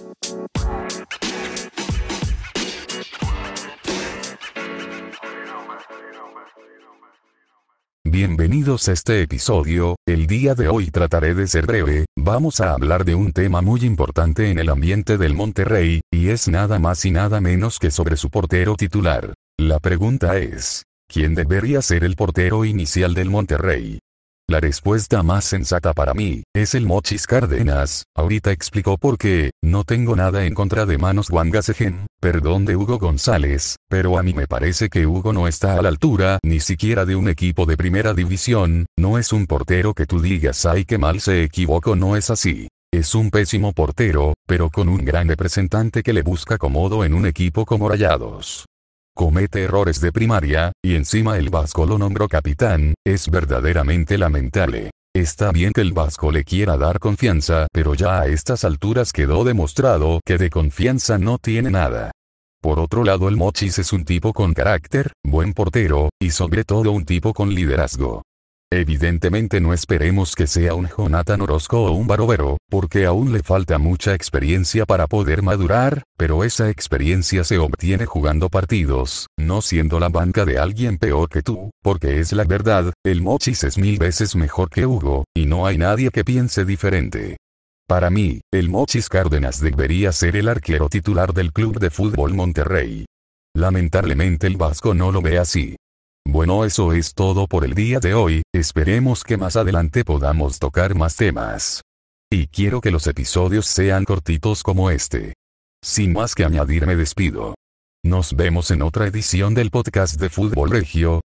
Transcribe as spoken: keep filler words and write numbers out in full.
Bienvenidos a este episodio. El día de hoy trataré de ser breve. Vamos a hablar de un tema muy importante en el ambiente del Monterrey, y es nada más y nada menos que sobre su portero titular. La pregunta es, ¿quién debería ser el portero inicial del Monterrey? La respuesta más sensata para mí es el Mochis Cárdenas. Ahorita explico por qué. No tengo nada en contra de Manos Wangasegen, perdón, de Hugo González, pero a mí me parece que Hugo no está a la altura ni siquiera de un equipo de primera división. No es un portero que tú digas ay qué mal se equivocó, no es así. Es un pésimo portero, pero con un gran representante que le busca acomodo en un equipo como Rayados. Comete errores de primaria, y encima el Vasco lo nombró capitán. Es verdaderamente lamentable. Está bien que el Vasco le quiera dar confianza, pero ya a estas alturas quedó demostrado que de confianza no tiene nada. Por otro lado, el Mochis es un tipo con carácter, buen portero, y sobre todo un tipo con liderazgo. Evidentemente no esperemos que sea un Jonathan Orozco o un Barovero, porque aún le falta mucha experiencia para poder madurar, pero esa experiencia se obtiene jugando partidos, no siendo la banca de alguien peor que tú, porque es la verdad, el Mochis es mil veces mejor que Hugo, y no hay nadie que piense diferente. Para mí, el Mochis Cárdenas debería ser el arquero titular del Club de Fútbol Monterrey. Lamentablemente el Vasco no lo ve así. Bueno, eso es todo por el día de hoy. Esperemos que más adelante podamos tocar más temas. Y quiero que los episodios sean cortitos como este. Sin más que añadir, me despido. Nos vemos en otra edición del podcast de Fútbol Regio.